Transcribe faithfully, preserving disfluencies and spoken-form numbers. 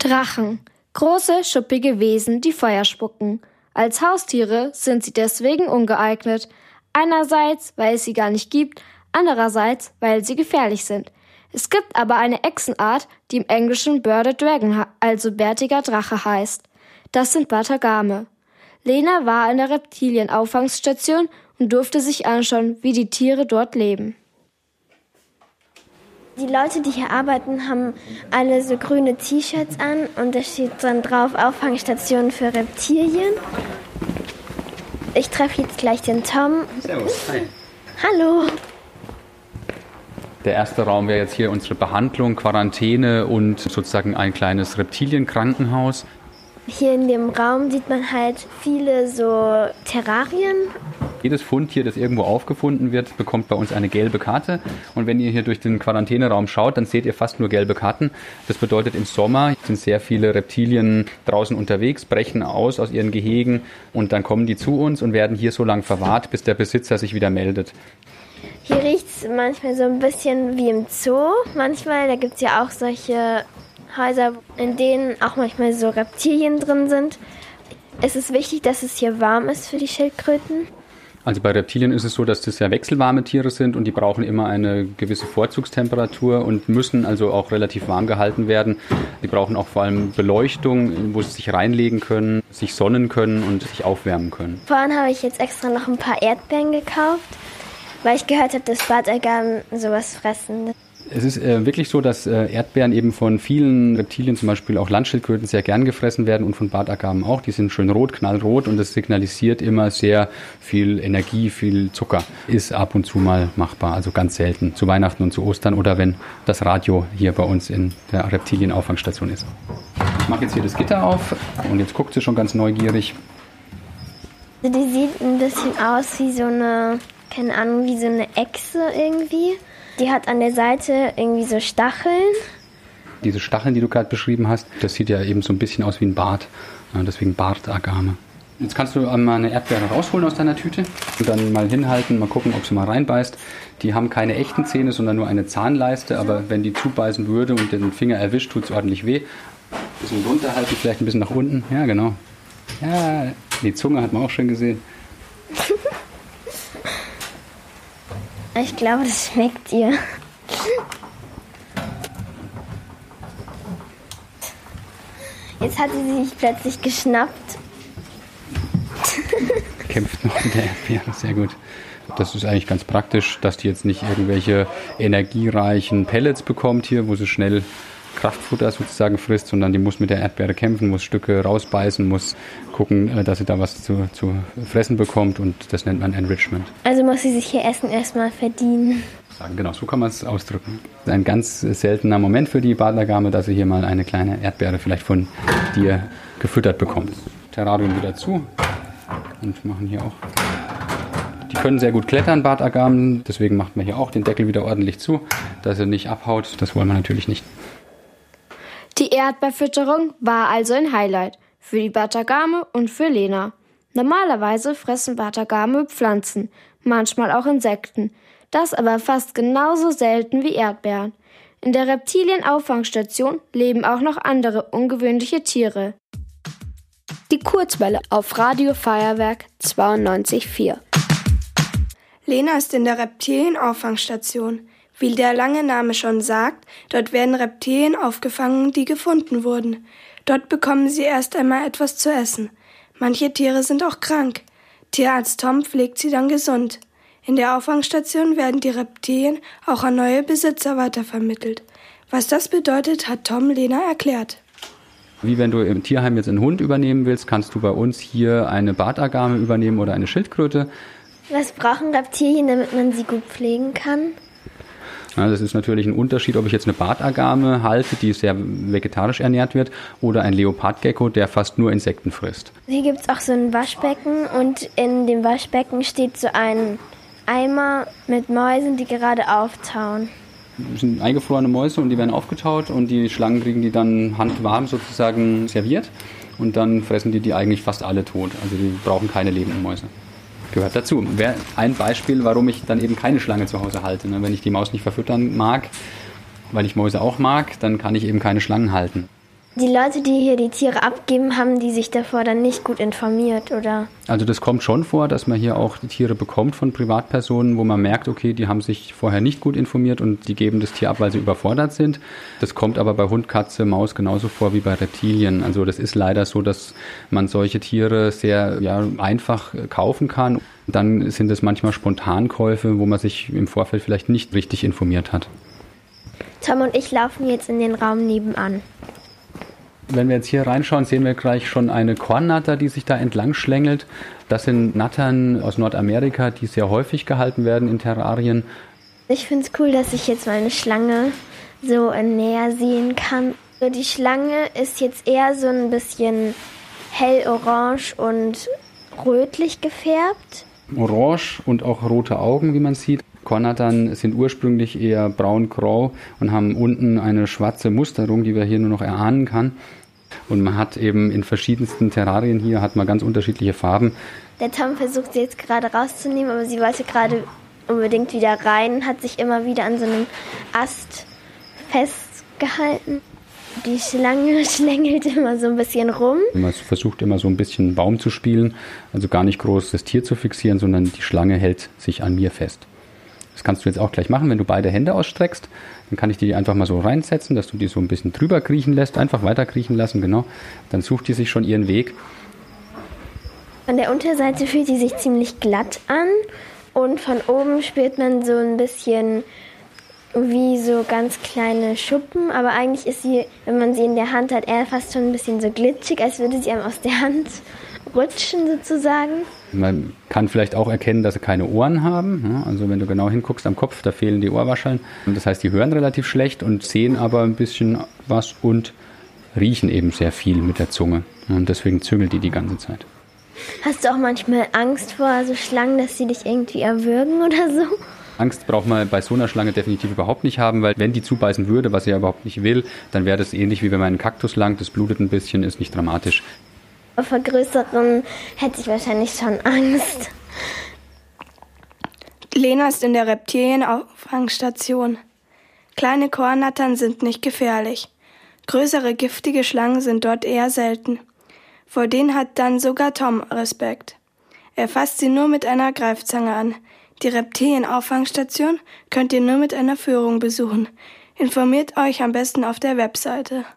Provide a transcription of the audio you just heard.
Drachen. Große, schuppige Wesen, die Feuer spucken. Als Haustiere sind sie deswegen ungeeignet. Einerseits, weil es sie gar nicht gibt, andererseits, weil sie gefährlich sind. Es gibt aber eine Echsenart, die im Englischen Bearded Dragon, also bärtiger Drache heißt. Das sind Batagame. Lena war in der Reptilienauffangstation und durfte sich anschauen, wie die Tiere dort leben. Die Leute, die hier arbeiten, haben alle so grüne T-Shirts an und da steht dann drauf Auffangstation für Reptilien. Ich treffe jetzt gleich den Tom. Servus. Hi. Hallo. Der erste Raum wäre jetzt hier unsere Behandlung, Quarantäne und sozusagen ein kleines Reptilienkrankenhaus. Hier in dem Raum sieht man halt viele so Terrarien. Jedes Fundtier, das irgendwo aufgefunden wird, bekommt bei uns eine gelbe Karte. Und wenn ihr hier durch den Quarantäneraum schaut, dann seht ihr fast nur gelbe Karten. Das bedeutet, im Sommer sind sehr viele Reptilien draußen unterwegs, brechen aus aus ihren Gehegen und dann kommen die zu uns und werden hier so lange verwahrt, bis der Besitzer sich wieder meldet. Hier riecht es manchmal so ein bisschen wie im Zoo. Manchmal, da gibt es ja auch solche Häuser, in denen auch manchmal so Reptilien drin sind. Es ist wichtig, dass es hier warm ist für die Schildkröten. Also bei Reptilien ist es so, dass das ja wechselwarme Tiere sind und die brauchen immer eine gewisse Vorzugstemperatur und müssen also auch relativ warm gehalten werden. Die brauchen auch vor allem Beleuchtung, wo sie sich reinlegen können, sich sonnen können und sich aufwärmen können. Vorhin habe ich jetzt extra noch ein paar Erdbeeren gekauft, weil ich gehört habe, dass Bartagamen sowas fressen. Es ist äh, wirklich so, dass äh, Erdbeeren eben von vielen Reptilien, zum Beispiel auch Landschildkröten, sehr gern gefressen werden und von Bartagamen auch. Die sind schön rot, knallrot und das signalisiert immer sehr viel Energie, viel Zucker. Ist ab und zu mal machbar, also ganz selten, zu Weihnachten und zu Ostern oder wenn das Radio hier bei uns in der Reptilienauffangstation ist. Ich mache jetzt hier das Gitter auf und jetzt guckt sie schon ganz neugierig. Die sieht ein bisschen aus wie so eine, keine Ahnung, wie so eine Echse irgendwie. Die hat an der Seite irgendwie so Stacheln. Diese Stacheln, die du gerade beschrieben hast, das sieht ja eben so ein bisschen aus wie ein Bart. Deswegen Bartagame. Jetzt kannst du mal eine Erdbeere rausholen aus deiner Tüte und dann mal hinhalten, mal gucken, ob sie mal reinbeißt. Die haben keine echten Zähne, sondern nur eine Zahnleiste. Aber wenn die zubeißen würde und den Finger erwischt, tut es ordentlich weh. Ein bisschen runterhalten, vielleicht ein bisschen nach unten. Ja, genau. Ja, die Zunge hat man auch schon gesehen. Ich glaube, das schmeckt ihr. Jetzt hat sie sich plötzlich geschnappt. Kämpft noch mit der Erdbeere, sehr gut. Das ist eigentlich ganz praktisch, dass die jetzt nicht irgendwelche energiereichen Pellets bekommt hier, wo sie schnell Kraftfutter sozusagen frisst, sondern die muss mit der Erdbeere kämpfen, muss Stücke rausbeißen, muss gucken, dass sie da was zu, zu fressen bekommt und das nennt man Enrichment. Also muss sie sich hier Essen erstmal verdienen. Sagen, genau, so kann man es ausdrücken. Das ist ein ganz seltener Moment für die Bartagame, dass sie hier mal eine kleine Erdbeere vielleicht von dir gefüttert bekommt. Terrarium wieder zu und machen hier auch. Die können sehr gut klettern, Bartagamen, deswegen macht man hier auch den Deckel wieder ordentlich zu, dass er nicht abhaut. Das wollen wir natürlich nicht. Die Erdbeerfütterung war also ein Highlight für die Batagame und für Lena. Normalerweise fressen Batagame Pflanzen, manchmal auch Insekten, das aber fast genauso selten wie Erdbeeren. In der Reptilienauffangstation leben auch noch andere ungewöhnliche Tiere. Die Kurzwelle auf Radio Feuerwerk zweiundneunzig Komma vier. Lena ist in der Reptilienauffangstation. Wie der lange Name schon sagt, dort werden Reptilien aufgefangen, die gefunden wurden. Dort bekommen sie erst einmal etwas zu essen. Manche Tiere sind auch krank. Tierarzt Tom pflegt sie dann gesund. In der Auffangstation werden die Reptilien auch an neue Besitzer weitervermittelt. Was das bedeutet, hat Tom Lena erklärt. Wie wenn du im Tierheim jetzt einen Hund übernehmen willst, kannst du bei uns hier eine Bartagame übernehmen oder eine Schildkröte. Was brauchen Reptilien, damit man sie gut pflegen kann? Ja, das ist natürlich ein Unterschied, ob ich jetzt eine Bartagame halte, die sehr vegetarisch ernährt wird, oder ein Leopardgecko, der fast nur Insekten frisst. Hier gibt es auch so ein Waschbecken und in dem Waschbecken steht so ein Eimer mit Mäusen, die gerade auftauen. Das sind eingefrorene Mäuse und die werden aufgetaut und die Schlangen kriegen die dann handwarm sozusagen serviert und dann fressen die die eigentlich fast alle tot. Also die brauchen keine lebenden Mäuse. Gehört dazu. Wäre ein Beispiel, warum ich dann eben keine Schlange zu Hause halte. Wenn ich die Maus nicht verfüttern mag, weil ich Mäuse auch mag, dann kann ich eben keine Schlangen halten. Die Leute, die hier die Tiere abgeben, haben die sich davor dann nicht gut informiert, oder? Also das kommt schon vor, dass man hier auch die Tiere bekommt von Privatpersonen, wo man merkt, okay, die haben sich vorher nicht gut informiert und die geben das Tier ab, weil sie überfordert sind. Das kommt aber bei Hund, Katze, Maus genauso vor wie bei Reptilien. Also das ist leider so, dass man solche Tiere sehr ja, einfach kaufen kann. Dann sind es manchmal Spontankäufe, wo man sich im Vorfeld vielleicht nicht richtig informiert hat. Tom und ich laufen jetzt in den Raum nebenan. Wenn wir jetzt hier reinschauen, sehen wir gleich schon eine Kornnatter, die sich da entlang schlängelt. Das sind Nattern aus Nordamerika, die sehr häufig gehalten werden in Terrarien. Ich finde es cool, dass ich jetzt mal eine Schlange so näher sehen kann. Die Schlange ist jetzt eher so ein bisschen hellorange und rötlich gefärbt. Orange und auch rote Augen, wie man sieht. Kornnattern sind ursprünglich eher braun-grau und haben unten eine schwarze Musterung, die wir hier nur noch erahnen kann. Und man hat eben in verschiedensten Terrarien hier hat man ganz unterschiedliche Farben. Der Tom versucht sie jetzt gerade rauszunehmen, aber sie wollte gerade unbedingt wieder rein, hat sich immer wieder an so einem Ast festgehalten. Die Schlange schlängelt immer so ein bisschen rum. Man versucht immer so ein bisschen Baum zu spielen, also gar nicht groß das Tier zu fixieren, sondern die Schlange hält sich an mir fest. Das kannst du jetzt auch gleich machen, wenn du beide Hände ausstreckst. Dann kann ich die einfach mal so reinsetzen, dass du die so ein bisschen drüber kriechen lässt, einfach weiter kriechen lassen, genau. Dann sucht die sich schon ihren Weg. Von der Unterseite fühlt die sich ziemlich glatt an und von oben spürt man so ein bisschen wie so ganz kleine Schuppen, aber eigentlich ist sie, wenn man sie in der Hand hat, eher fast schon ein bisschen so glitschig, als würde sie einem aus der Hand rutschen sozusagen. Man kann vielleicht auch erkennen, dass sie keine Ohren haben. Also wenn du genau hinguckst am Kopf, da fehlen die Ohrwascheln. Das heißt, die hören relativ schlecht und sehen aber ein bisschen was und riechen eben sehr viel mit der Zunge. Und deswegen züngelt die die ganze Zeit. Hast du auch manchmal Angst vor so Schlangen, dass sie dich irgendwie erwürgen oder so? Angst braucht man bei so einer Schlange definitiv überhaupt nicht haben, weil wenn die zubeißen würde, was sie ja überhaupt nicht will, dann wäre das ähnlich wie wenn man einen Kaktus langt, das blutet ein bisschen, ist nicht dramatisch. Vor größeren hätte ich wahrscheinlich schon Angst. Lena ist in der Reptilienauffangstation. Kleine Kornnattern sind nicht gefährlich. Größere giftige Schlangen sind dort eher selten. Vor denen hat dann sogar Tom Respekt. Er fasst sie nur mit einer Greifzange an. Die Reptilienauffangstation könnt ihr nur mit einer Führung besuchen. Informiert euch am besten auf der Webseite.